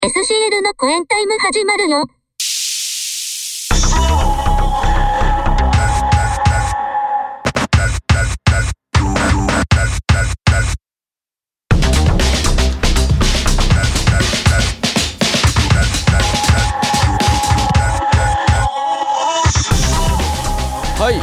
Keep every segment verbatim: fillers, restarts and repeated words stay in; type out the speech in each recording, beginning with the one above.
エスシーエル のコエンタイム始まるよ。 はい、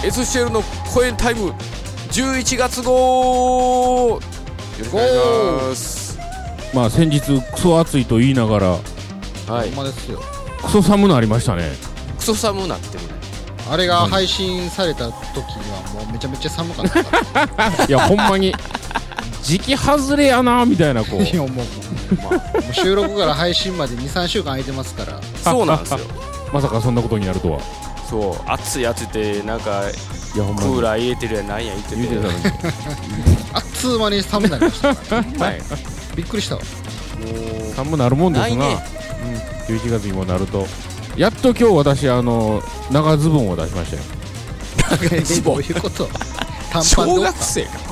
エスシーエル のコエンタイムじゅういちがつ号、よろしくお願いします。 まあ先日クソ暑いと言いながら、 はい、 ほんまですよ。 クソ寒なありましたね。 クソ寒なってるね。 あれが配信された時にはもうめちゃめちゃ寒かったからいやほんまに時期外れやなみたいなこういやもう、もう、まあ、もう収録から配信まで にさんしゅうかん空いてますからそうなんですよまさかそんなことになるとは。 そう、暑い暑いってなんかいやほんまにクーラー入れてるやなんや言ってて言うてたのにあっつう間に寒くなりましたからねはい、 びっくりしたわ。 もう寒なるもんですな、 ないね。 うん、じゅういちがつにもなるとやっと今日私あの長ズボンを出しましたよ。 えどういうこと短パン小で学生か。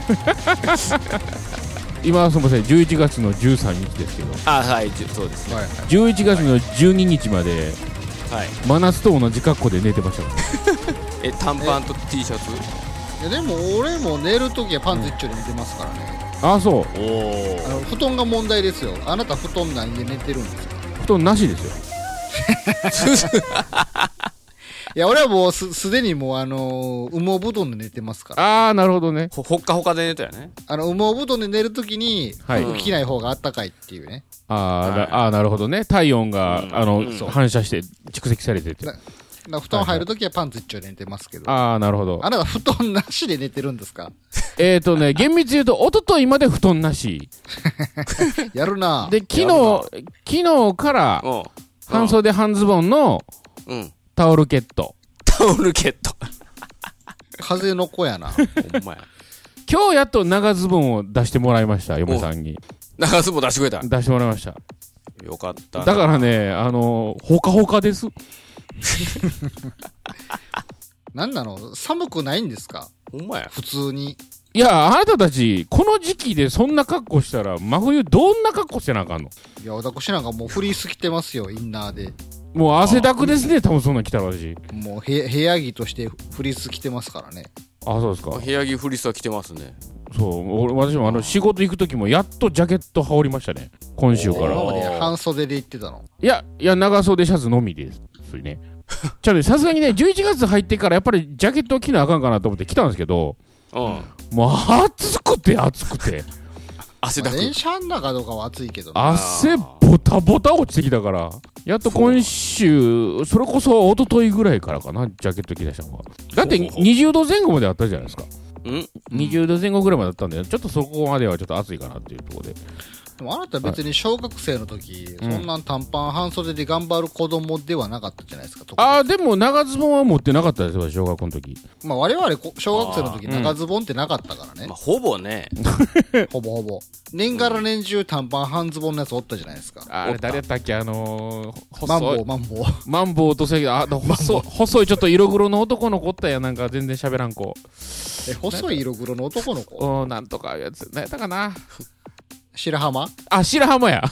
今すみませんじゅういちがつのじゅうさんにちですけど、 あ、はい、じゅそうですね。 はいはいじゅういちがつのじゅうににちまではい。 真夏と同じ格好で寝てましたからえ、短パンと T シャツ？ いやでも俺も寝るときはパンツ一丁で寝てますからね、 ああそう、 おあの布団が問題ですよ。あなた布団何で寝てるんですか？ 布団なしですよ。 いや俺はもう す, すでにもうあのー、羽毛布団で寝てますから。 ああなるほどね。 ほほっかほかで寝たよね。 あの羽毛布団で寝るときにはい服着ない方があったかいっていうね。 あー、 はいなあーなるほどね。体温が、 うんあの、 うん反射して蓄積されてて。 だから布団入るときはパンツ一丁で寝てますけど、 ああなるほど。 あなた布団なしで寝てるんですか？ えーとね厳密に言うと一昨日まで布団なしやるな。 で昨日やるな昨日からうん半袖半ズボンのうんタオルケット。 タオルケット。 風の子やな。 ほんまや。 今日やっと長ズボンを出してもらいました。嫁さんに長ズボン出してくれた。 出してもらいました。 よかったな。 だからねあのほかほかです。 なんなの？寒くないんですか？ ほんまや。 普通に。 いやあなたたちこの時期でそんな格好したら真冬どんな格好してなあかんの？ いや私なんかもうフリース着てますよ、インナーで。 もう汗だくですね多分そんなん着たら私。 もう部屋部屋着としてフリース着てますからね。 あそうですか。 部屋着フリスは着てますね。 そう俺私もあの仕事行く時もやっとジャケット羽織りましたね今週から。 今まで半袖で行ってたの？ いやいや長袖シャツのみですそれねちょっとさすがにねじゅういちがつ入ってからやっぱりジャケットを着なあかんかなと思って着たんですけど、 うん。 もう暑くて暑くて汗だく。 まあ電車の中とかは暑いけどな。 汗ボタボタ落ちてきたからやっと今週それこそ一昨日ぐらいからかなジャケット着出したのが。だってにじゅうどぜん後まであったじゃないですか。 うんにじゅうどぜん後ぐらいまであったんでちょっとそこまではちょっと暑いかなっていうところで。 でもあなた別に小学生の時、 うんそんな短パン半袖で頑張る子供ではなかったじゃないですか。特にああでも長ズボンは持ってなかったですよ小学校の時。 まあ我々こ小学生の時あー長ズボンってなかったからね、 まあ、ほぼね。 ほぼほぼ年がら年中短パン半ズボンのやつおったじゃないですか。 あれ誰やったっけあのー、 マンボ細いウマンボウマンボウとせあ細い細いちょっと色黒の男の子おったやなんか全然喋らん子。 え細い色黒の男の子うんなんとかいうやつ何やったかな。 白浜あ白浜や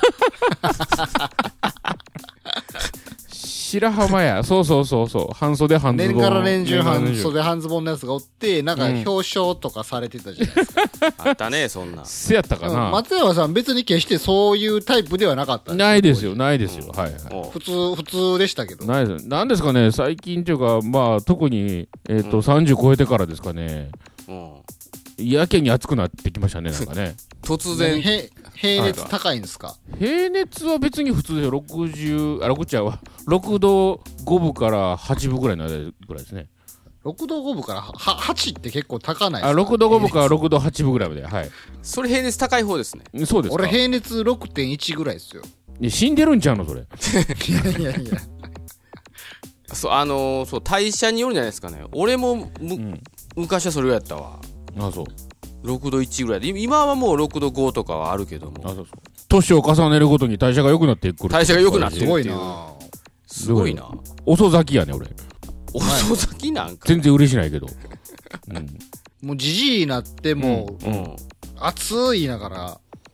白浜やそうそうそうそう半袖半ズボン年がら年中年がら年中半袖半ズボンのやつがおってなんかうん表彰とかされてたじゃないですか、 あったね、そんな。 せやったかでもな。 松山さん別に決してそういうタイプではなかったんないですよないですよ、 うんはいはいおう普通普通でしたけど。 ないですなんですかね最近というかまあ特にえっ、と、 うんさんじゅう超えてからですかねうんやけに暑くなってきましたねなんかね突然、 へ平熱高いんですか？ 平熱は別に普通でろくじゅうあろくちゃうわろくどごぶからはちぶぐらいの間ぐらいですね。 ろくどごぶからははちって結構高ないですか？ あろくどごぶからろくどはちぶぐらいまではいそれ平熱高い方ですね。 そうですか。 俺平熱 ろくてんいち ぐらいですよ。 いや死んでるんちゃうのそれ。 いやいやいやそう、あのー、そう、代謝によるんじゃないですかね。俺もむ、 うん昔はそれぐらいやったわ。 あそうろくどいちぐらいで。今はもうろくどごとかはあるけども。 あそうそう年を重ねるごとに代謝が良くなってくる。 代謝が良くなってるすごいな。 すごいな。 遅咲きやね俺。 遅咲きなんか。 全然嬉しないけど。うんもうじじいになってもう、 うん。 暑いながら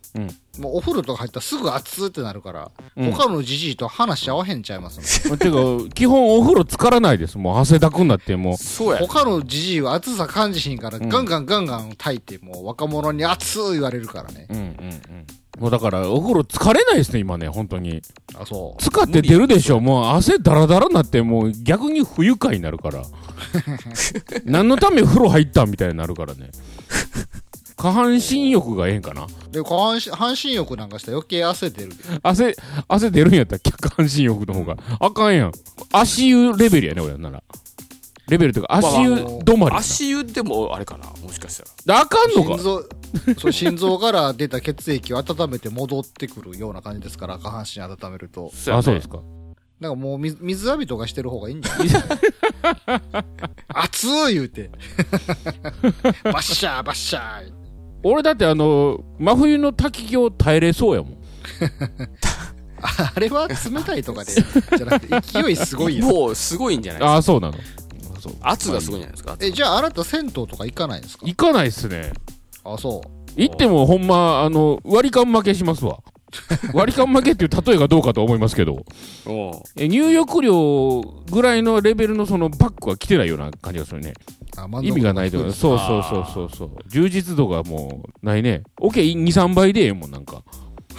うん、 もうお風呂とか入ったらすぐ熱ってなるから、 うん、 他のじじいと話合わへんちゃいますもん。 てか基本お風呂浸からないです。もう汗だくになってもうそうや、 他のじじいは暑さ感じひんから、うん、ガンガンガンガン炊いてもう若者に熱言われるからね。 うんうんうん。もうだからお風呂疲れないですね今ね本当に。 あ、そう。 使って出るでしょ。もう汗ダラダラになってもう逆に不愉快になるから。何のため風呂入ったみたいになるからね。下半身浴がええんかな。 で下半身半身浴なんかしたら余計汗出る。 汗汗出るんやったら下半身浴の方があかんやん。足湯レベルやね俺なら。レベルというか足湯止まり。 足湯でもあれかなもしかしたら。 あかんのか。 心臓そう心臓から出た血液を温めて戻ってくるような感じですから下半身温めると。 そう、ね、あそうですか。 なんかもう 水, 水浴びとかしてる方がいいんじゃないですか。熱ー言うてバッシャーバッシャー。 俺だってあの真冬の滝行耐えれそうやもん。 あれは冷たいとかでじゃなくて勢いすごいよ。 もうすごいんじゃないですか。 ああそうなの。 圧がすごいんじゃないですか。 えじゃああなた銭湯とか行かないんですか。 行かないっすね。 あそう行ってもほんまあの割り勘負けしますわ。割り勘負けっていう例えがどうかと思いますけどえ入浴料ぐらいのレベルのそのバッグは来てないような感じがするね。意味がないというかそうそうそうそうそう充実度がもうないね。オケにさんばいでええもんなんか。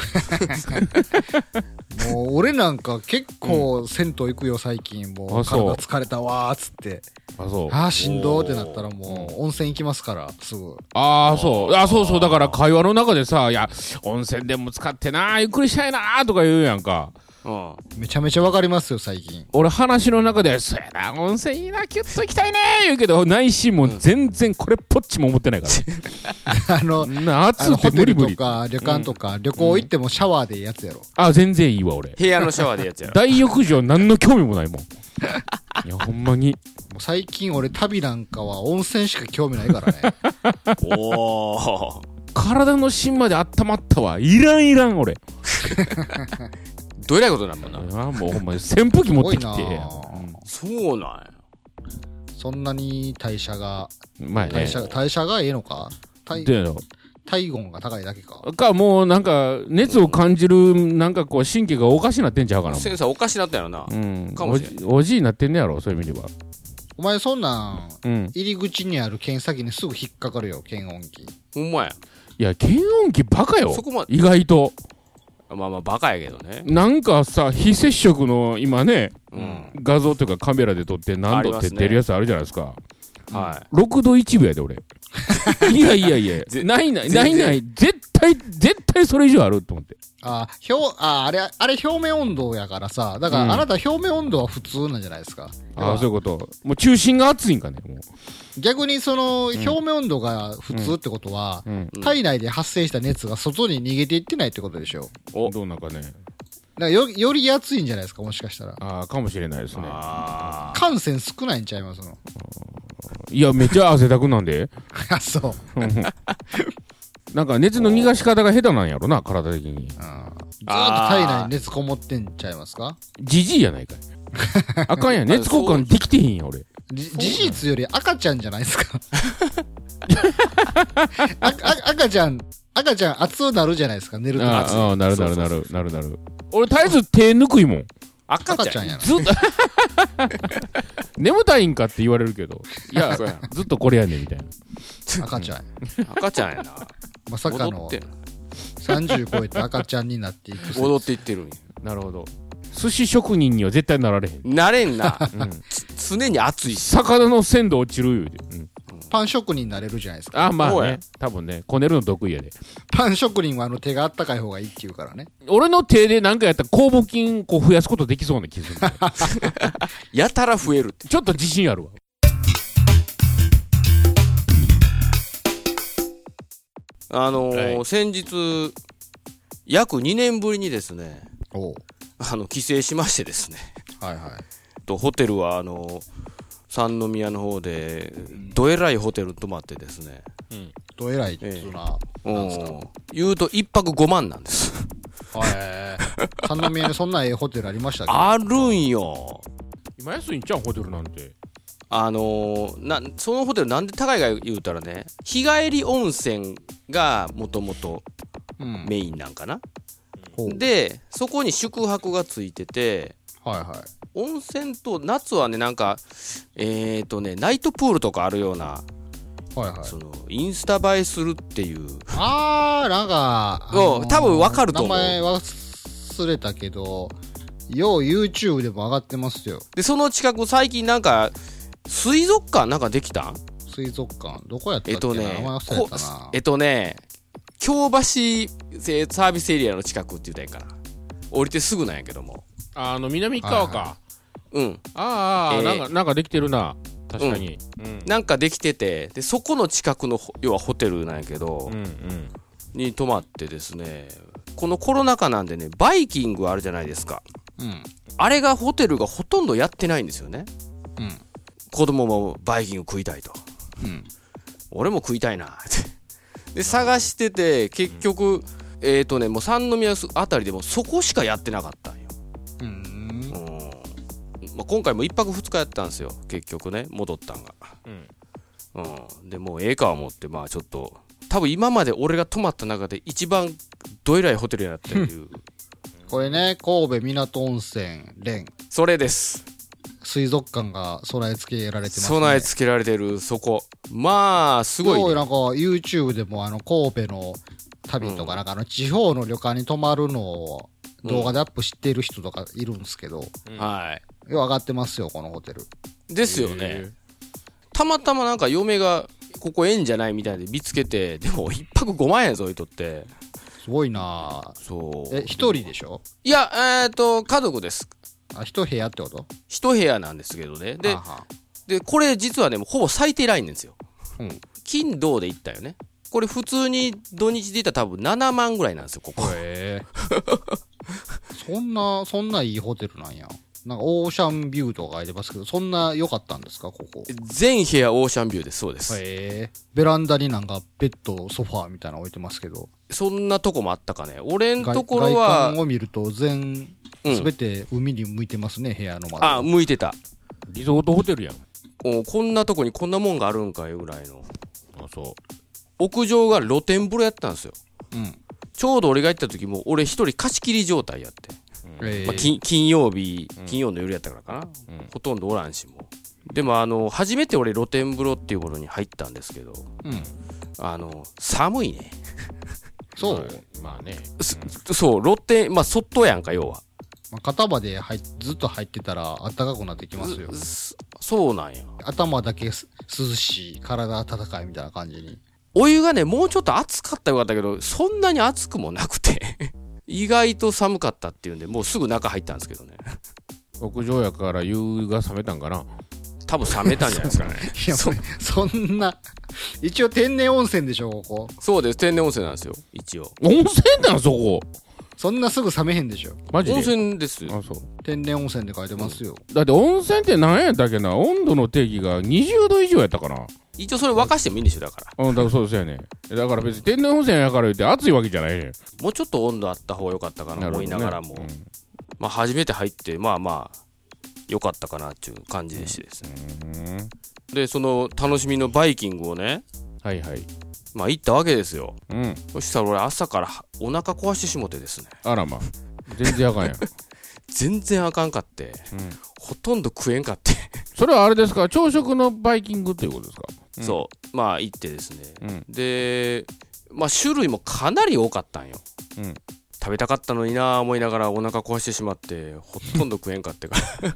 もう俺なんか結構銭湯行くよ最近。もう体疲れたわーっつってあそうあーしんどーってなったらもう温泉行きますからすぐ。 ああそうあそうそうだから会話の中でさいや温泉でも使ってなゆっくりしたいなーとか言うやんか。 うん、 めちゃめちゃわかりますよ最近。 俺話の中でそうやな温泉いいなキュッと行きたいねー言うけど内心も全然これっぽっちも思ってないから、 あの暑って無理無理。 ホテルとか旅館とか、うん、旅行行ってもシャワーでいいやつやろ、うん、 あ全然いいわ俺部屋のシャワーでいいやつやろ。 大浴場何の興味もないもん。いやほんまにもう最近俺旅なんかは温泉しか興味ないからね。 おー体の芯まで温まったわいらんいらん俺。 どえらいことなんだな。 あもうほんまに扇風機持ってきて、うん、 そうなんや。 そんなに代謝が、 まあね、 代謝代謝がええのか。体体温が高いだけか。 かもうなんか熱を感じるなんかこう神経がおかしなってんちゃうかな。 センサーおかしなったやろな。 うん。 かもしれん。 おじ、おじいになってんねやろそういう意味では。 お前そんなん、うん、入り口にある検査機にすぐ引っかかるよ検温器。 ほんまや。 いや検温器バカよ。 そこま意外と。 まあまあバカやけどね。 なんかさ非接触の今ね、 うん、 画像というかカメラで撮って何度って出るやつあるじゃないですか。 はい。 ろくどいちぶやで俺。いやいやいやないないないない絶対絶対それ以上あると思って。 あ表ああれあれ表面温度やからさだから、うん、あなた表面温度は普通なんじゃないですか。 ああそういうこと。もう中心が熱いんかねもう。 逆にその表面温度が普通ってことは、うんうん、体内で発生した熱が外に逃げていってないってことでしょ。 おどうなんかね。 だからよより熱いんじゃないですかもしかしたら。 ああかもしれないですね。 あ汗腺少ないんちゃいますの。 いやめっちゃ汗だくなんで。 あそうなんか熱の逃がし方が下手なんやろな体的に。ずーっと体内に熱こもってんちゃいますか。 じじいやないかい。あかんやん熱交換できてへんや俺。 じ事実より赤ちゃんじゃないですか。ああ赤ちゃん赤ちゃん熱くなるじゃないですか寝ると。 ああなるなるなるなるなる。俺絶えず手ぬくいもん。 赤ちゃんやな。 ずっと眠たいんかって言われるけどいやずっとこれやねんみたいな。 赤ちゃん赤ちゃんやな。 まさかのさんじゅう超えて赤ちゃんになっていく。 踊っていってるんや。 なるほど。寿司職人には絶対なられへん。 なれんな、うん、常に熱いし魚の鮮度落ちる言うて、うん、 パン職人になれるじゃないですか。 あまあね多分ねこねるの得意やで。 パン職人はあの手があったかい方がいいって言うからね。 俺の手で何かやったら酵母菌こう増やすことできそうな気する。 やたら増えるってちょっと自信あるわ。 あのーはい、先日約にねんぶりにですねおあの帰省しましてですねはいはいとホテルはあの三宮の方でどえらいホテル泊まってですね、 うん、どえらいっていうのは何ですか。 言うと一泊ごまんなんです。 へー三宮にそんなええホテルありましたっけ。 あるんよ今安いんちゃうホテルなんて。 あのー、なそのホテルなんで高いか言うたらね日帰り温泉がもともとうん、 メインなんかな、 うん、 でそこに宿泊がついてて、 はいはい、 温泉と夏はねなんかえっ、ー、とねナイトプールとかあるような、 はいはい、 そのインスタ映えするっていう、 あーなんか、 あのー、多分わかると思う。 名前忘れたけどよう YouTube でも上がってますよ。 でその近く最近なんか水族館なんかできたん？ 水族館どこやったっけな、 えっとね名前忘れたな。 えっとね京橋サービスエリアの近くって言ったらいいかな、降りてすぐなんやけども、 あの南側か、 はいはい、うんああ、えー、なんかなんかできてるな確かに、 うんうん、なんかできてて、でそこの近くの要はホテルなんやけど、 うんうん、 に泊まってですね、このコロナ禍なんでねバイキングあるじゃないですか、 うん、あれがホテルがほとんどやってないんですよね、 うん、 子供もバイキング食いたいと、 うん、 俺も食いたいなってで探してて結局、うん、えっ、ー、とねもう三宮あたりでもそこしかやってなかったんよ、 うん、 まあ、今回もいっぱくふつかやったんですよ結局ね、戻ったんが、うんうん、でもうええか思って、まあちょっと多分今まで俺が泊まった中で一番どえらいホテルやっていうこれね、神戸港温泉連、 それです。 水族館が備え付けられてますね。 備え付けられてるそこ、まあすごい、ね、 なんか YouTube でもあの神戸の旅とか、うん、なんかあの地方の旅館に泊まるのを動画でアップしてる人とかいるんですけど、 うん、はい、 よう上がってますよこのホテルですよね。たまたまなんか嫁がここええんじゃないみたいで見つけて、でも一泊ごまんえんぞいとって、 すごいなぁ。 そうえ一人でしょ？ いやえっ、ー、と家族です。 あ、一部屋ってこと？ 一部屋なんですけどね。で、 ははでこれ実はねもうほぼ最低ラインなんですよ、 うん、 金土で行ったよね。これ普通に土日で行ったら多分ななまんぐらいなんですよここ。 へそんなそんないいホテルなんや。なんかオーシャンビューとか書いてますけど、そんな良かったんですかここ？ 全部屋オーシャンビューです。そうです。 へー。ベランダになんかベッドソファーみたいなの置いてますけど、 そんなとこもあったかね。俺んところは外観を見ると全すべて海に向いてますね、うん、部屋の窓。 あ、向いてた。 リゾートホテルやん。 おこんなとこにこんなもんがあるんかいうぐらいの。 あ、そう。 屋上が露天風呂やったんですよ、 うん、 ちょうど俺が行った時も俺一人貸し切り状態やって、うんまあ、金, 金曜日金曜の夜やったからかな、うん、ほとんどおらんしも。でもあの初めて俺露天風呂っていうものに入ったんですけど、 うん、 あの寒いね。 そうまあね、 うん、そう露天まあ外やんか要は、 まあ、肩まで入ずっと入ってたら暖かくなってきますよ。 そうなんや。 頭だけ涼しい、体温かいみたいな感じに。 お湯がねもうちょっと熱かったらよかったけど、そんなに熱くもなくて意外と寒かったっていうんでもうすぐ中入ったんですけどね。 屋上やから湯が冷めたんかな。 多分冷めたんじゃないですかね。 いやそそんな一応天然温泉でしょここ。 そうです、天然温泉なんですよ一応。 温泉なのそこ。 そんなすぐ冷めへんでしょ。 マジで温泉です。 あ、そう。 天然温泉って書いてますよ、 うん、だって温泉って何やったっけな、温度の定義がにじゅうど以上やったかな。 一応それ沸かしてもいいんでしょだから。 うん、だからそうですよね。だから別に天然温泉やから言って暑いわけじゃないね。 もうちょっと温度あった方が良かったかなと思いながらも、ね、うん、まあ初めて入ってまあまあ良かったかなっていう感じでしてですね、うん、でその楽しみのバイキングをね、 はいはい、 まあ行ったわけですよ、 うん、 そしたら俺朝からお腹壊してしもてですね。 あらまあ全然あかんやん全然あかんかって、うん、ほとんど食えんかってそれはあれですか、朝食のバイキングっていうことですか？ うん、そうまあ行ってですね、うん、でまあ種類もかなり多かったんよ、うん、食べたかったのにな思いながらお腹壊してしまってほとんど食えんかってから、うん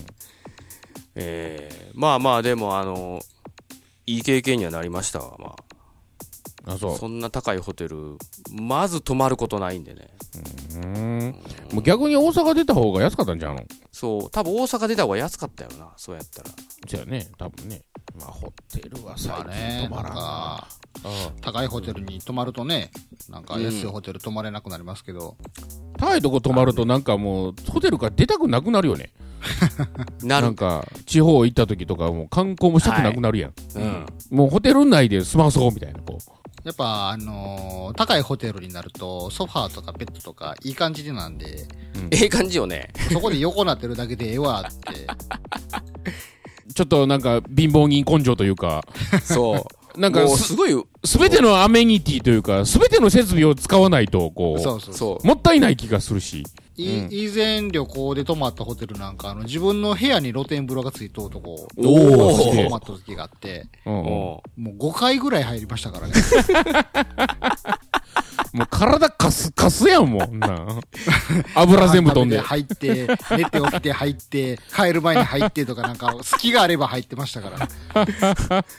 えー、まあまあでもあのいい経験にはなりましたわ。まあ、 あ、そう。 そんな高いホテルまず泊まることないんでね。 うーん、うん、もう逆に大阪出た方が安かったんじゃんの。 そう多分大阪出た方が安かったよな、そうやったら。 そうやね、多分ね。まあホテルは最近泊まらんな、 まあね、高いホテルに泊まるとね、なんか安いホテル泊まれなくなりますけど、 うん、高いとこ泊まるとなんかもうホテルから出たくなくなるよねなる。なんか地方行った時とかもう観光もしたくなくなるやん、はい、うん、もうホテル内で済まそうみたいな。こうやっぱあのー、高いホテルになるとソファーとかベッドとかいい感じでなんで、 うん、ええ感じよね。 そこで横なってるだけでええわってちょっとなんか貧乏人根性というかそうなんかす、すごい、すべてのアメニティというか、すべての設備を使わないと、こう、そうそうそうもったいない気がするし。 い、うん、以前旅行で泊まったホテルなんか、あの、自分の部屋に露天風呂がついとうとこ、おー泊まった時があって、もうごかいぐらい入りましたからね。 もう体カスカスやんもんな。油全部飛んで。 入って、寝て起きて入って、帰る前に入ってとかなんか、隙があれば入ってましたから。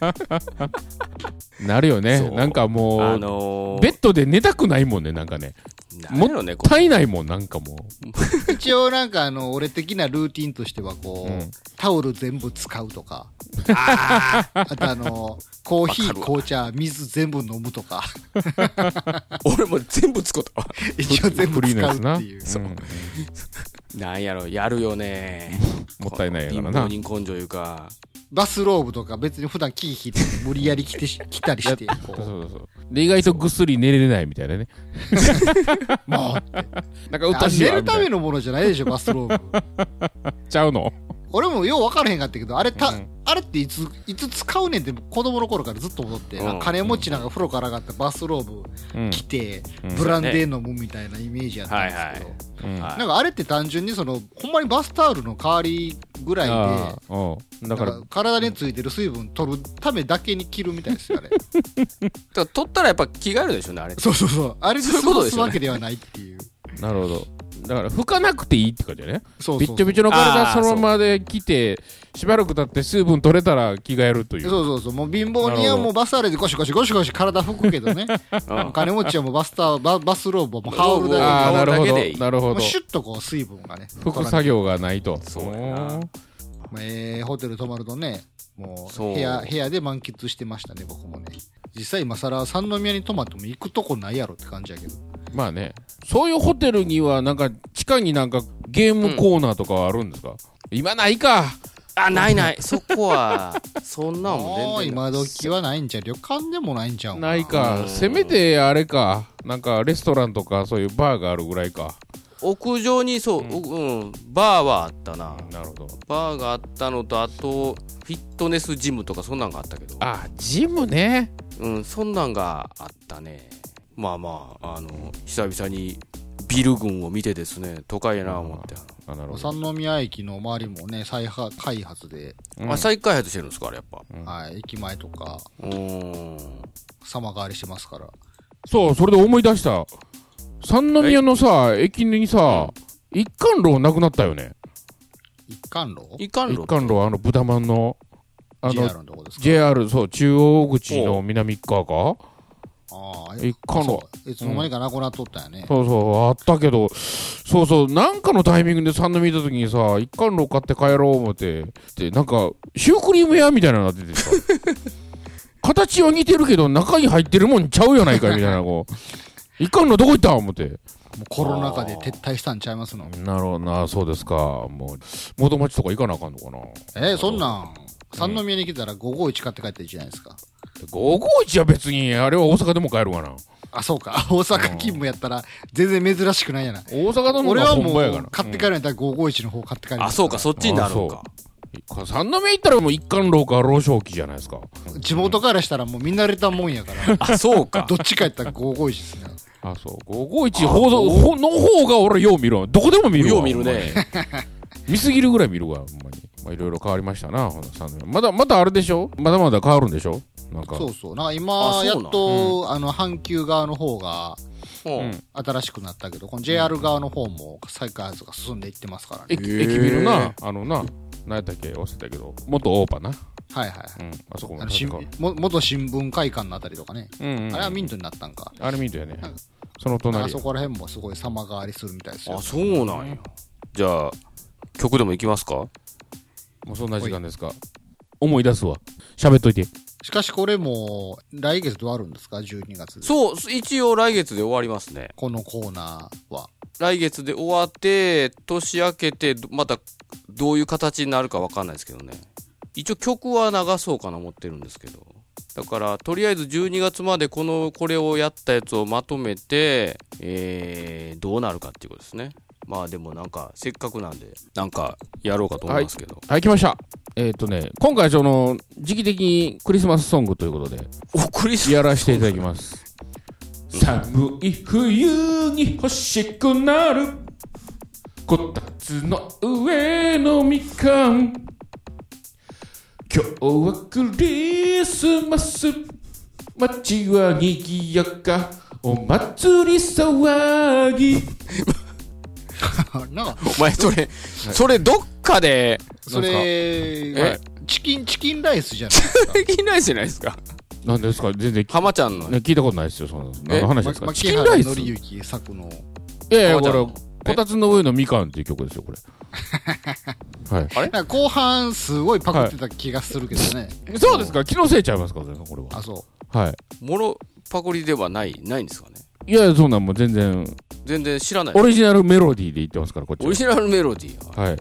なるよね。なんかもう、あのー、ベッドで寝たくないもんね、なんかね。もったいないもん、なんかもう。一応なんかあの、俺的なルーティンとしてはこう、うん、タオル全部使うとか。ああとあの、コーヒー、紅茶、水全部飲むとか。 俺も全部使ったわ。 一応全部使うっていう。そう。 なんやろ、やるよね。 もったいないやからな。 貧乏人根性いうか。 バスローブとか別に普段着ひんで無理やり着て着たりして。そうそうそう。で、意外とぐっすり寝れないみたいなね。 もうって。なんかうっとしいわ。寝るためのものじゃないでしょ、バスローブ。 ちゃうの？ 俺もよう分からへんかったけど、あれた、うん、あれっていつ、いつ使うねんって子供の頃からずっと思って、うん、金持ちなんか風呂から上がったバスローブ着て、うん、ブランデー飲むみたいなイメージやったんですけど、うんはいはい、なんかあれって単純にその、ほんまにバスタオルの代わりぐらいで、だから体についてる水分取るためだけに着るみたいですよ、あれ。だから取ったらやっぱ着替えるでしょうね、あれ。 そうそうそう。あれで過ごすわけではないっていう。 なるほど。だから拭かなくていいって感じだね。そうそうそうびっちょびちょの体そのままで着てしばらく経って水分取れたら着替えるという。 そうそうそう。もう貧乏人はもうバスタオルでゴシゴシゴシゴシ体拭くけどね。お金持ちはもうバスタババスローブをもう羽織るだけでいい。 なるほど。 シュッとこう水分がね。 拭く作業がないと。 そうやな。 えー、ホテル泊まるとね、もう部屋部屋で満喫してましたね僕もね。実際今更三宮に泊まっても行くとこないやろって感じやけど。 まあね、そういうホテルにはなんか地下になんかゲームコーナーとかはあるんですか？うん、今ないか。 あ、ないない。そこはそんなんも全然今時はないんちゃう。旅館でもないんちゃう。 ないか。せめてあれか。なんかレストランとかそういうバーがあるぐらいか。 屋上にそう、うん、うん、バーはあったな。 なるほど。 バーがあったのとあとフィットネスジムとかそんなんがあったけど。 あ、ジムね。 うん、そんなんがあったね。まあまあ、あの、久々にビル群を見てですね、都会やな思って。 あ、なるほど。三宮駅の周りもね、再開発で。 うん、あ、再開発してるんですか、あれやっぱ。 うん、はい、駅前とか。うん。様変わりしてますから。 そう、それで思い出した。三宮のさ、駅にさ、一貫路なくなったよね。 一貫路一貫路一貫路、あの、豚まんの。 あの、ジェイアール のとこですか？ ジェイアール、そう、中央口の南側か？ ああ、 一貫路。 いつの間にかなくなっとったよね、 うん。そうそう、あったけど、そうそう、なんかのタイミングで三宮見た時にさ、一貫路買って帰ろう思って、で、なんか、シュークリーム屋みたいなのが出てさ、形は似てるけど、中に入ってるもんちゃうやないかみたいな、こう、一貫路どこ行った思って。 もうコロナ禍で撤退したんちゃいますの？ なるほどな、そうですか。もう、元町とか行かなあかんのかな。 えー、そんなん、三宮に来たらごーごーいち買って帰ったらいいじゃないですか。 ごーごーいちは別に、あれは大阪でも買えるわな。 あ、そうか。大阪勤務やったら、全然珍しくないやな。 大阪の方が本場やから。俺はもう、 買って帰るんやったらごーごーいちの方買って帰る。 あ、そうか、そっちになるのか。 三宮行ったらもう一貫廊か老少期じゃないですか。 地元からしたらもう見慣れたもんやから。 あ、そうか。 どっちかやったらごーごーいちですね。 あ、そう。ごーごーいち報道の方が俺よう見るわ。どこでも見るわ。 よう見るね。 見すぎるぐらい見るわ、ほんまに。まあいろいろ変わりましたな、まだ、まだあれでしょ？まだまだ変わるんでしょ？なんか。 そうそう。なんか今、やっと、うん、あの、阪急側の方が、うん、新しくなったけど、この ジェイアール 側の方も再開発が進んでいってますからね。 駅、駅ビルな、あのな、何やったっけ忘れたけど、元オーパな。 はいはい。 うん、あそこもあの元新聞会館のあたりとかね、うんうんうん。あれはミントになったんか。 あれミントやね。その隣。 あそこら辺もすごい様変わりするみたいですよ。 あ、そうなんや。じゃあ、曲でも行きますか？ もうそんな時間ですか？思い出すわ。喋っといて。 しかしこれも、来月で終わるんですか？じゅうにがつで。 そう、一応来月で終わりますね。 このコーナーは。 来月で終わって、年明けて、またどういう形になるかわかんないですけどね。一応曲は流そうかな思ってるんですけど。だから、とりあえずじゅうにがつまでこの、これをやったやつをまとめて、えー、どうなるかっていうことですね。まあでもなんか、せっかくなんで、なんか、やろうかと思いますけど。 はい、はい、来ました。 えっ、ー、とね、今回その、時期的にクリスマスソングということで、 お、クリスマスやらせていただきます。寒い冬に欲しくなる、こたつの上のみかん。今日はクリスマス、街は賑やか、お祭り騒ぎ。 なんかお前それ、それどっかで、 それ、えチキン、チキンライスじゃないですか。 チキンライスじゃないですか。 なんですか全然。 浜ちゃんの。 ね、聞いたことないですよ、その。何の話ですか、 ま、チキンライス。牧原紀之作の。 いやいや、これ、こたつの上のみかんっていう曲ですよ、これ。はい。 あれ後半、すごいパクってた気がするけどね。 はい、そうですか気のせいちゃいますかこれは。 あ、そう。はい。 もろパクリではない、ないんですかね。 いやいや、そんなんもう全然。 全然知らない。 オリジナルメロディーで言ってますから、こっちは。 オリジナルメロディー。 はい。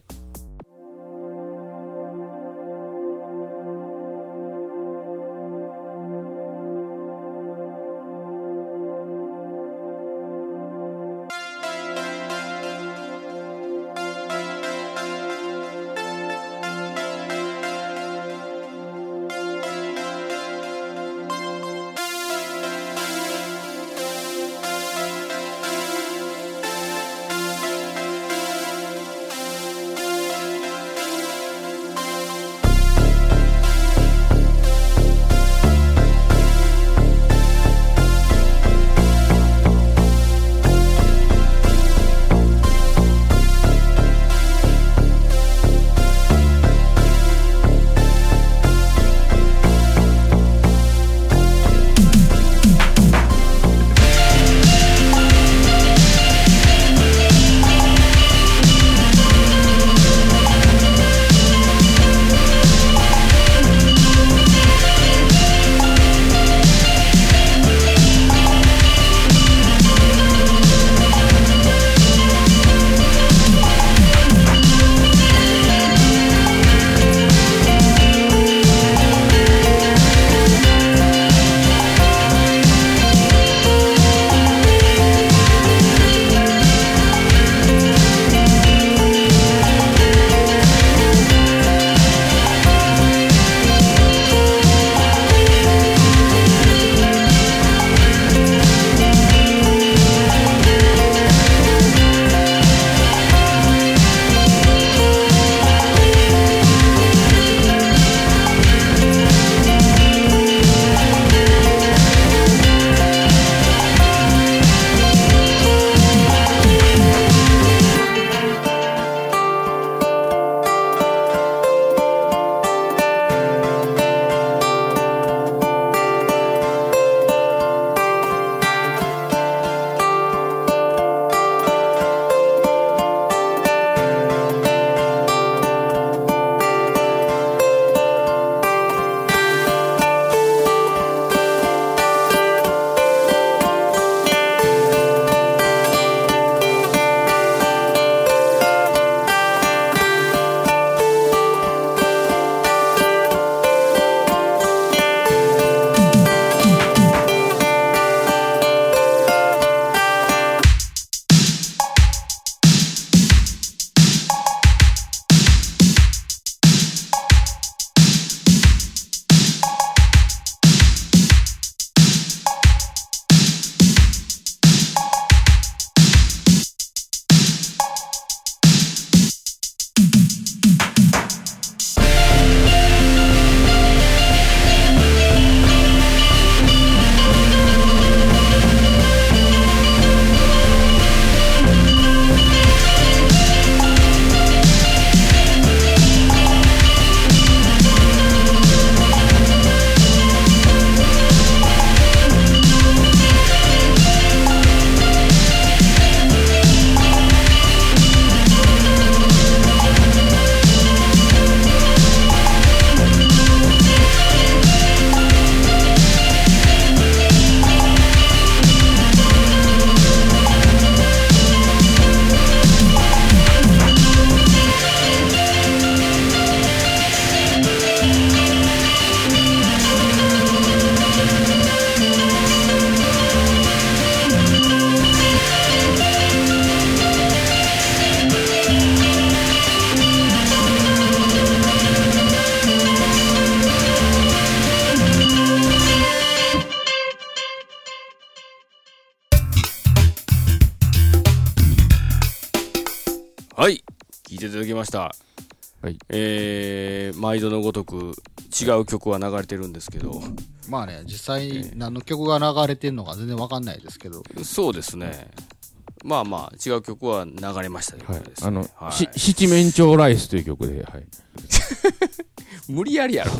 聞いていただきました。 はい。 えー、毎度のごとく違う曲は流れてるんですけど。 まあね、実際何の曲が流れてるのか全然わかんないですけど。 そうですね。まあまあ、違う曲は流れましたね。 はい。あの、はい、し七面鳥ライスという曲で、はい。 無理やりやろ。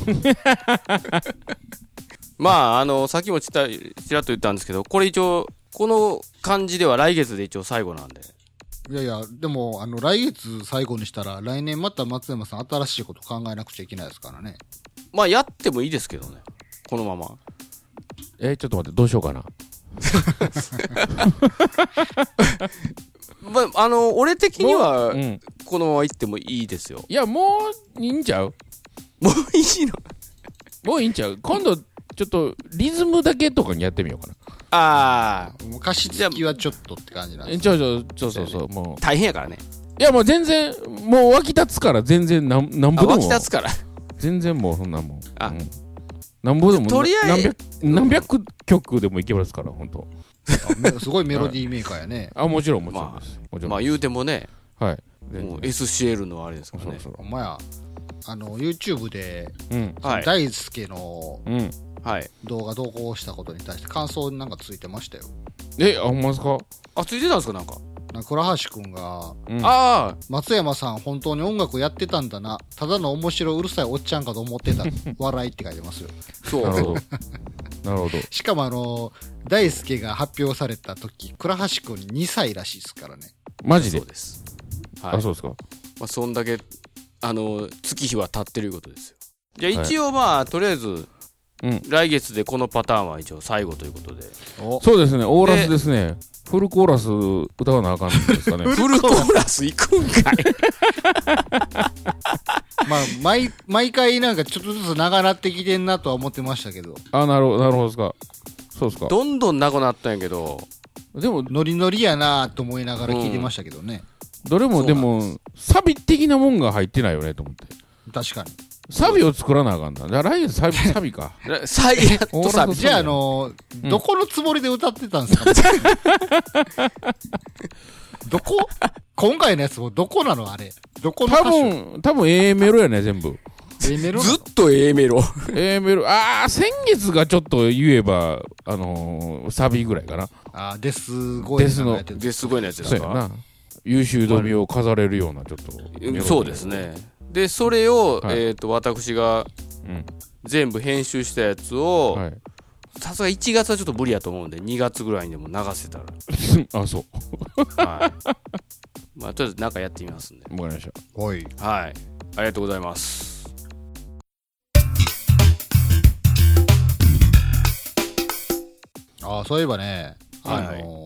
まあ、あの、さっきもちらっと言ったんですけど、これ一応、この感じでは来月で一応最後なんで。 いやいや、でも、あの、来月最後にしたら、来年また松山さん新しいこと考えなくちゃいけないですからね。 まあ、やってもいいですけどね。このまま。 えー、ちょっと待って、どうしようかな。 まあ、あの、俺的には、うん、このまま行ってもいいですよ。 いや、もういいんちゃう？ もういいの？ もういいんちゃう？今度、ちょっと、リズムだけとかにやってみようかな。 ああ。 昔付きはちょっとって感じなんですちょちょ、ちょそうそう、もう。 大変やからね。 いや、もう全然、もう湧き立つから、全然なん、なんぼでも。 湧き立つから。 全然もう、そんなもん。 あ、うん、 なんぼでも、 とりあえず、 何百曲でもいけますから、ほんと。 すごいメロディーメーカーやね。 あ、もちろん、もちろんです。 まあ、まあ、言うてもね。 はい。 もう エスシーエル のあれですからね。 そうそう。お前や、あの、YouTube で、 うん。 大輔の、 うん。 はい。 動画投稿したことに対して感想なんかついてましたよ。 え、あ、ほんまですか？ あ、ついてたんですかなんか。 倉橋くんが、 うん、ああ、 松山さん本当に音楽やってたんだな。ただの面白いうるさいおっちゃんかと思ってた。笑いって書いてますよ。 そう。 なるほど。なるほど。 しかもあの、大輔が発表された時、倉橋くんにさいらしいですからね。 マジで？ そうです。はい。 あ、そうですか。 まあ、そんだけ、あの、月日は経ってるいうことですよ。じゃあ一応まあ、はい、とりあえず、うん、来月でこのパターンは一応最後ということで。 そうですね、オーラスですね。フルコーラス歌わなあかんんですかね。 フルコーラス行くんかい。 まあ、毎、毎回なんかちょっとずつ長なってきてんなとは思ってましたけど。 あ、なるほど、なるほどですか。そうですか。 どんどん長なったんやけど。 でも、ノリノリやなと思いながら聞いてましたけどね。 うん、どれもでも、サビ的なもんが入ってないよねと思って。 確かに。 サビを作らなあかんな。じゃあ来月サビ、サビか。 サビ、やっとサビ。 じゃあ、あのーうん、どこのつもりで歌ってたんですか？どこ今回のやつもどこなのあれ。どこの歌手？ 多分、多分 A メロやね、全部。 A メロずっと A メロ。 A メロ。あー、先月がちょっと言えば、あのー、サビぐらいかな。 あー、デス声デスの、デス声のやつですか？ そうやな。優秀度味を飾れるような、ちょっと。 そうですね。で、それを、はい、えっと、私が、全部編集したやつを、さすがいちがつはちょっと無理やと思うんで、にがつぐらいにでも流せたら。 あ、そう。 はい。まあ、とりあえずなんかやってみますんで。 わかりました。 はい。 はい。ありがとうございます。 ああ、そういえばね、あのーはいはい、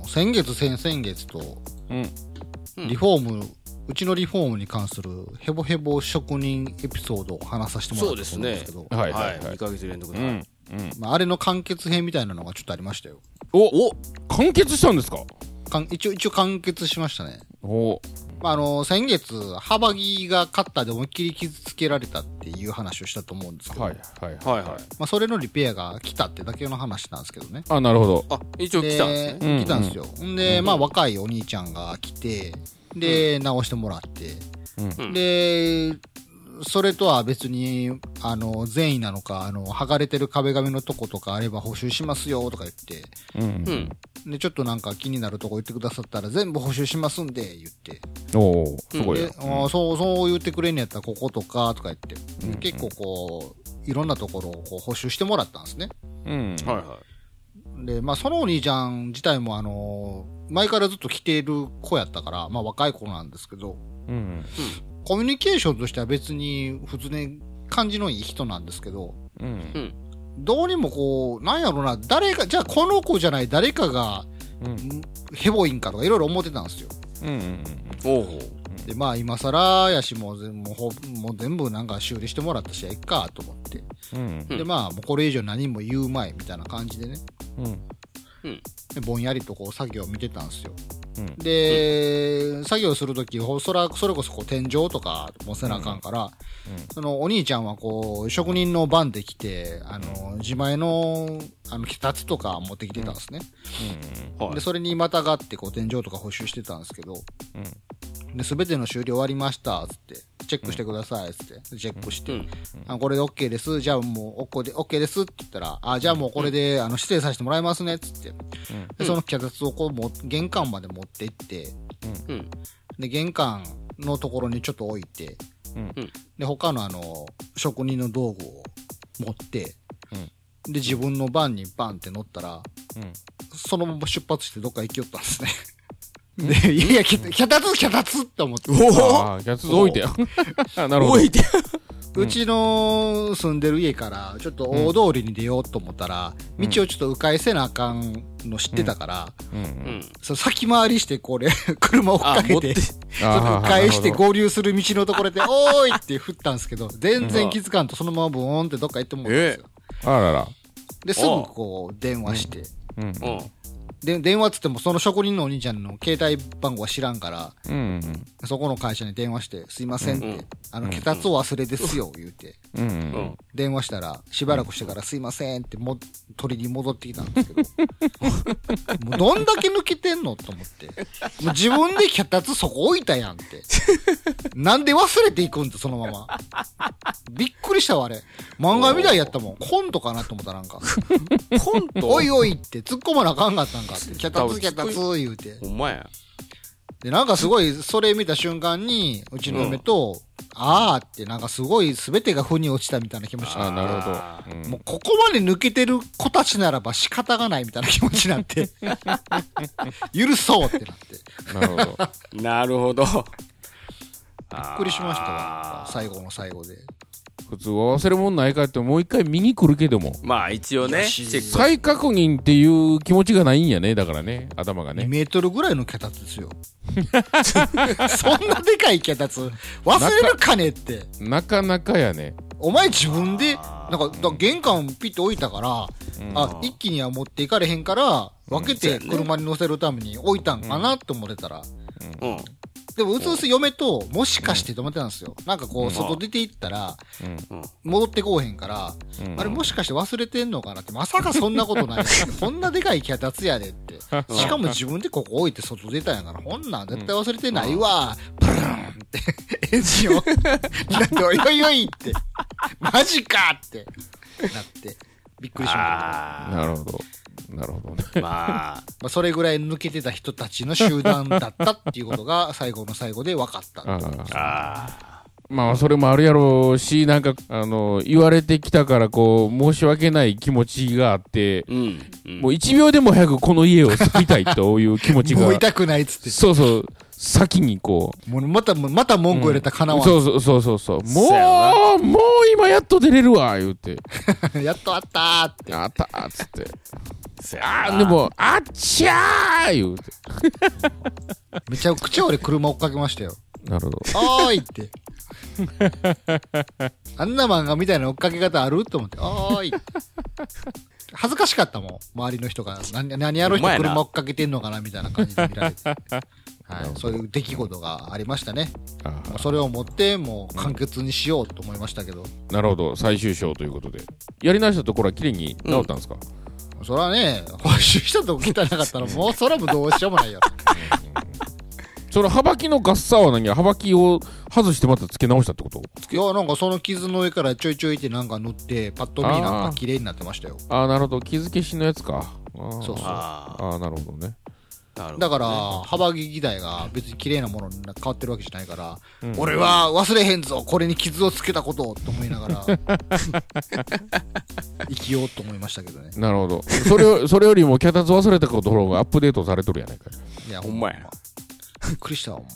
先月、先々月と、 うん、 リフォーム、うちのリフォームに関するヘボヘボ職人エピソードを話させてもらったと思うんですけど、 そうですね。はいはいはい。にかげつ連続で。うん。うん。 まあ、あれの完結編みたいなのがちょっとありましたよ。 おお完結したんですか？ かん一応、一応完結しましたね。 おまあ、あの、先月、幅木がカッターで思いっきり傷つけられたっていう話をしたと思うんですけど。 はいはいはいはい。 まあ、それのリペアが来たってだけの話なんですけどね。 あ、なるほど。 あ、一応来たんですね。 来たんですよ。んで、うん、まあ、若いお兄ちゃんが来て、で、うん、直してもらって、うん、で、それとは別に、あの、善意なのか、あの、剥がれてる壁紙のとことかあれば補修しますよとか言って、 うんうん、で、ちょっとなんか気になるとこ言ってくださったら全部補修しますんで、言って。 おー、すごい。 で、うん、そう、そう言ってくれんやったらこことか、とか言って、うん、結構こう、いろんなところをこう補修してもらったんですね。 うん。 はいはい。 で、まあ、そのお兄ちゃん自体もあの、前からずっと来ている子やったから、まあ、若い子なんですけど、 うん。うんコミュニケーションとしては別に普通に感じのいい人なんですけど、 うん、 どうにもこう、なんやろな、誰か、じゃあこの子じゃない誰かが、うん、ヘボいんかとかいろいろ思ってたんですよ。 うんうんうん。 おうで、まあ今更やしもう、もう、もう全部なんか修理してもらったし、えっかと思って。 うん、 で、まあもうこれ以上何も言うまいみたいな感じでね。 うん。 でぼんやりとこう作業を見てたんですよ。 うん、で、うん、作業するとき、そら、それこそこう天井とかもせなあかんから、うん、そのお兄ちゃんはこう、職人の番で来て、あの、自前の、あの、脚立とか持ってきてたんですね。うんうん、で、それにまたがってこう、天井とか補修してたんですけど、うん、で、すべての終了終わりました、つって、チェックしてください、つって、チェックして、うん、あこれで OK です、じゃあもう OK で、OK ですって言ったら、あ、じゃあもうこれで、あの、指定させてもらいますね、つって、うん、で、その脚立をこうも、玄関まで持って行って、うん、で、玄関のところにちょっと置いて、うん、で、他のあの、職人の道具を持って、うん、で、自分の番にバンって乗ったら、うん、そのまま出発してどっか行きよったんですね。で、いや、脚立、脚立って思って。 おお脚立置いてよ。なるほど。置いて。 うちの住んでる家からちょっと大通りに出ようと思ったら、うん、道をちょっと迂回せなあかんの知ってたから、うんうん、その先回りしてこれ車を追っかけて、その迂回して合流する道のところで、おーいって振ったんですけど、全然気づかんとそのままブーンってどっか行ってもらったんですよ。 えー、あらら。 で、すぐこう電話して、うんうんで、電話っつってもその職人のお兄ちゃんの携帯番号は知らんから、うんうん、そこの会社に電話して、すいませんって、うんうん、あの、脚立を忘れですよ、言うて、うんうん、電話したら、しばらくしてからすいませんっても、取りに戻ってきたんですけど、もうどんだけ抜けてんのと思って、もう自分で脚立そこ置いたやんって。なんで忘れていくんだ、そのまま。びっくりしたわ、あれ。漫画みたいやったもん。コントかなと思ったなんか。コントおいおいって突っ込まなあかんかったんかって。キャタツキャタツ言うて。 ほんまや。 で、なんかすごい、それ見た瞬間に、うちの嫁と、うん、あーって、なんかすごい全てが腑に落ちたみたいな気持ちになって。あー、なるほど。うん、もうここまで抜けてる子たちならば仕方がないみたいな気持ちになって。許そうってなって。 なるほど。 なるほど。 びっくりしましたわ。最後の最後で。 普通は忘れ物ないかってもう一回見に来るけども。 まあ一応ね。 再確認っていう気持ちがないんやね。だからね。頭がね。 にメートルぐらいの脚立ですよ。そんなでかい脚立忘れるかねって。 なかなかやね。 お前自分で、なんか、だ玄関ピッて置いたから、うん、あ、一気には持っていかれへんから、分けて車に乗せるために置いたんかなって思ってたら。うん。うんでも、うつうつ嫁と、もしかしてと思ってたんですよ。なんかこう、外出て行ったら、戻ってこうへんから、あれもしかして忘れてんのかなって、まさかそんなことない。こんなでかい脚立やでって。しかも自分でここ置いて外出たんやから、ほんなん絶対忘れてないわ。プルーンって、エンジンを、なんで、おいおいおいって、マジかってなって、びっくりしました。 なるほど。なるほどね。 まあ、まあそれぐらい抜けてた人たちの集団だったっていうことが最後の最後で分かったと思います。ああ。まあそれもあるやろうし、なんかあの言われてきたからこう申し訳ない気持ちがあって、うんうん、もう一秒でも早くこの家を救いたいという気持ちが。 もう痛くないっつって。 そうそう。先にこう。もうまた、また文句入れたかなわ、 うん。そうそうそうそう。もう、もう今やっと出れるわ、言うて。 やっとあったーって。 あったーっつって。あー、でも、あっちゃー言うて。 めちゃくちゃ俺車追っかけましたよ。 なるほど。 おーいって。あんな漫画みたいな追っかけ方あると思って、おーい。恥ずかしかったもん。周りの人が。何、何あの人車追っかけてんのかなみたいな感じで見られて。はい、そういう出来事がありましたね。それをもってもう簡潔にしようと思いましたけど。 なるほど、最終章ということで。やり直したところは綺麗に治ったんですか？ うん、それはね、補修したとこ汚かったらもうそれはもうどうしようもないよ。 それ幅木のガッサーは何や、幅木を外してまた付け直したってこと？ いや、なんかその傷の上からちょいちょいってなんか塗って、パッと見なんか綺麗になってましたよ。 ああ、なるほど、傷消しのやつか。 あそうそう。 ああ、なるほどね。 だから、幅木時代が別に綺麗なものに変わってるわけじゃないから、うん、俺は忘れへんぞ、これに傷をつけたことをと思いながら生きようと思いましたけどね。 なるほど。それをそれよりも脚立忘れたことの方がアップデートされとるやないかい。 いや、ほんまや。びっくりしたわ、ほんま。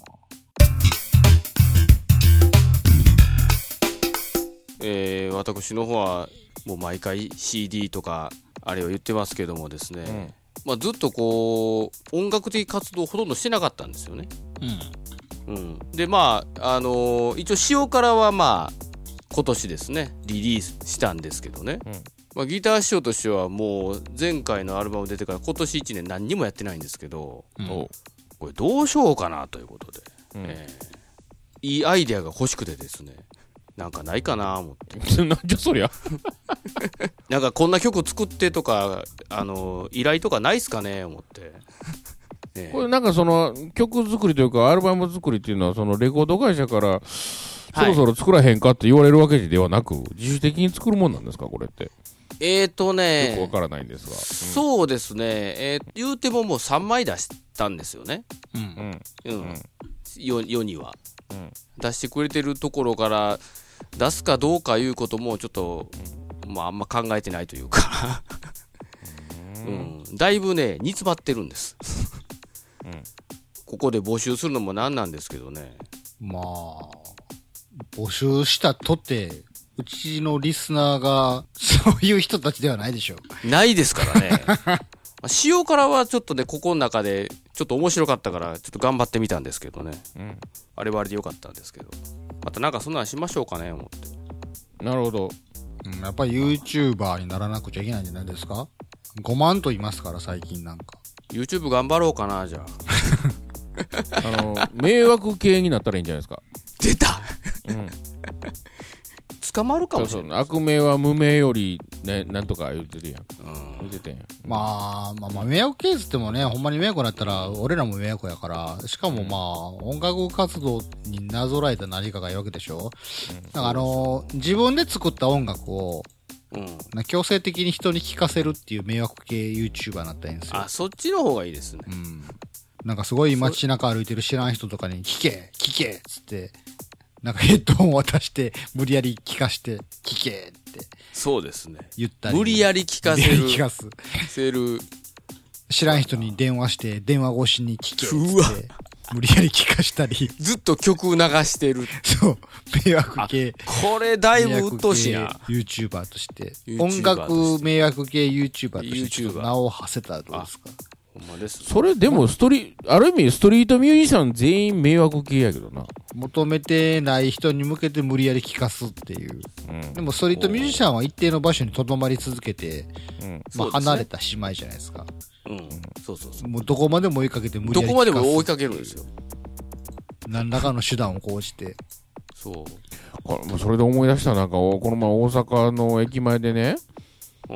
えー、私の方はもう毎回 シーディー とかあれを言ってますけどもですね。うんまあ、ずっとこう音楽的活動をほとんどしてなかったんですよね。うんうん、でまあ、あのー、一応塩辛はまあ今年ですねリリースしたんですけどね、うんまあ、ギター師匠としてはもう前回のアルバム出てから今年いちねん何にもやってないんですけど、うん、 これどうしようかなということで、うんえー、いいアイデアが欲しくてですね、なんかないかな思ってなんじゃそりゃなんかこんな曲作ってとかあの依頼とかないっすかね思って、 ね、これなんかその曲作りというかアルバム作りっていうのはそのレコード会社からそろそろ作らへんかって言われるわけではなく、はい、自主的に作るもんなんですかこれって。 えーとねよくわからないんですが、うん、 そうですね、えー、言うてももうさんまい出したんですよね、うんうんうん、世, 世には、うん、出してくれてるところから出すかどうかいうこともちょっと、うんまあ、あんま考えてないというか、うん、だいぶね煮詰まってるんです、うん、ここで募集するのもなんなんですけどね。 まあ募集したとってうちのリスナーがそういう人たちではないでしょう。ないですからね塩辛はちょっとねここの中でちょっと面白かったからちょっと頑張ってみたんですけどね、うん、あれはあれでよかったんですけど、またなんかそんなんしましょうかね思って。 なるほど、 うん、やっぱり YouTuber にならなくちゃいけないんじゃないですか。ごまんと言いますから最近なんか YouTube 頑張ろうかなじゃああの迷惑系になったらいいんじゃないですか。 出た、うん捕まるかもしれない。 そうそう悪名は無名より、ね、なんとか言ってるやん、うん、言っててんや。 まあまあまあ迷惑ケースってもねほんまに迷惑になったら俺らも迷惑やから、しかもまあ、うん、音楽活動になぞらえた何かがいるわけでしょ、うん、だからあのー、自分で作った音楽を、うん、強制的に人に聴かせるっていう迷惑系 YouTuber になったらいいんですよ。 あ、そっちの方がいいですね、うん、 なんかすごい街中歩いてる知らん人とかに聴け聴けっつってなんかヘッドホンを渡して無理やり聞かして聞けってそうですね言ったり、 無理やり聞かせる聞かすせる知らん人に電話して電話越しに聞けって無理やり聞かしたりずっと曲流してるそう迷惑系これだいぶうっとうしいな YouTuber として音楽迷惑系 YouTuber としてちょっと名を馳せたらどうですか。 ほんまです。 それでもストリある意味ストリートミュージシャン全員迷惑系やけどな。 求めてない人に向けて無理やり聞かすっていう、うん、でもストリートミュージシャンは一定の場所に留まり続けて、うんまあ、離れた姉妹じゃないですか。うん、 そうそうそう。 もうどこまでも追いかけて無理やり聞かす。 どこまでも追いかけるんですよ。 何らかの手段を講じて。 そう。 それで思い出したなんかこの前大阪の駅前でね。うん、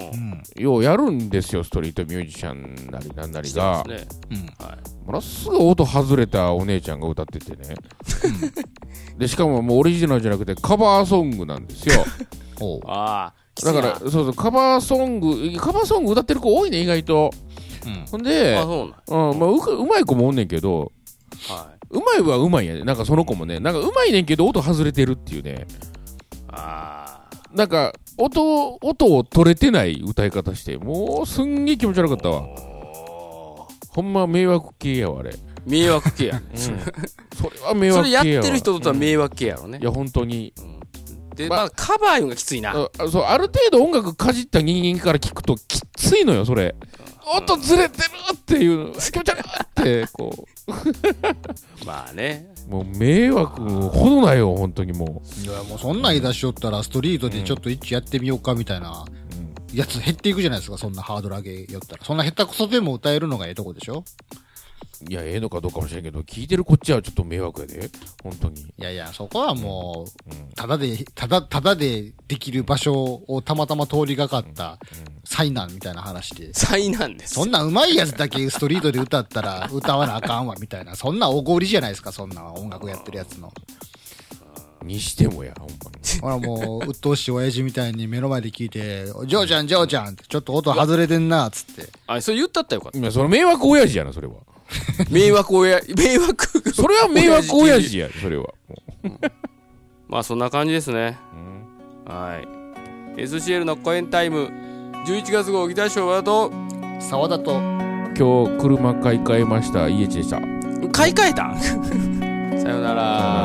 ようやるんですよストリートミュージシャンなりなんなりが、ねうんはい、ものすごい音外れたお姉ちゃんが歌っててね、うん、でしかももうオリジナルじゃなくてカバーソングなんですよおあだからそうそうカバーソングカバーソング歌ってる子多いね意外と、うん、ほんであそうなん、うんまあ、う, うまい子もおんねんけど、はい、うまいはうまいんやねなんかその子もねなんかうまいねんけど音外れてるっていうねあなんか音音を取れてない歌い方してもうすんげえ気持ち悪かったわほんま迷惑系やわあれ迷惑系や、うん、 それは迷惑系やわそれやってる人とは迷惑系やろね、 うん、いや本当に、 うん、で、まあ、まあ、カバーいうのがきついなあそうある程度音楽かじった人間から聞くときついのよそれ音ずれてるっていう気持ち悪いってこうまあねもう迷惑ほどないよ本当にもういやもうそんなん言い出しよったらストリートでちょっと一致やってみようかみたいなやつ減っていくじゃないですかそんなハードル上げよったらそんな下手くそでも歌えるのがええとこでしょいやええのかどうかもしれんけど聞いてるこっちはちょっと迷惑やで本当にいやいやそこはもう、うん、ただでただただでできる場所をたまたま通りがかった災難みたいな話で災難ですそんな上手いやつだけストリートで歌ったら歌わなあかんわみたいなそんなおごりじゃないですかそんな音楽やってるやつのにしてもやほんまにほらもう鬱陶しい親父みたいに目の前で聞いてジョーちゃんジョーちゃんってちょっと音外れてんなっつってあそれ言ったったらよかったいやそれ迷惑親父やなそれは迷惑親迷惑それは迷惑親父やそれは、うん、 まあそんな感じですね、うん、はい エスシーエル の公演タイムじゅういちがつ号ギターショー和と沢田と今日車買い替えましたイエチでした買い替えたさよなら。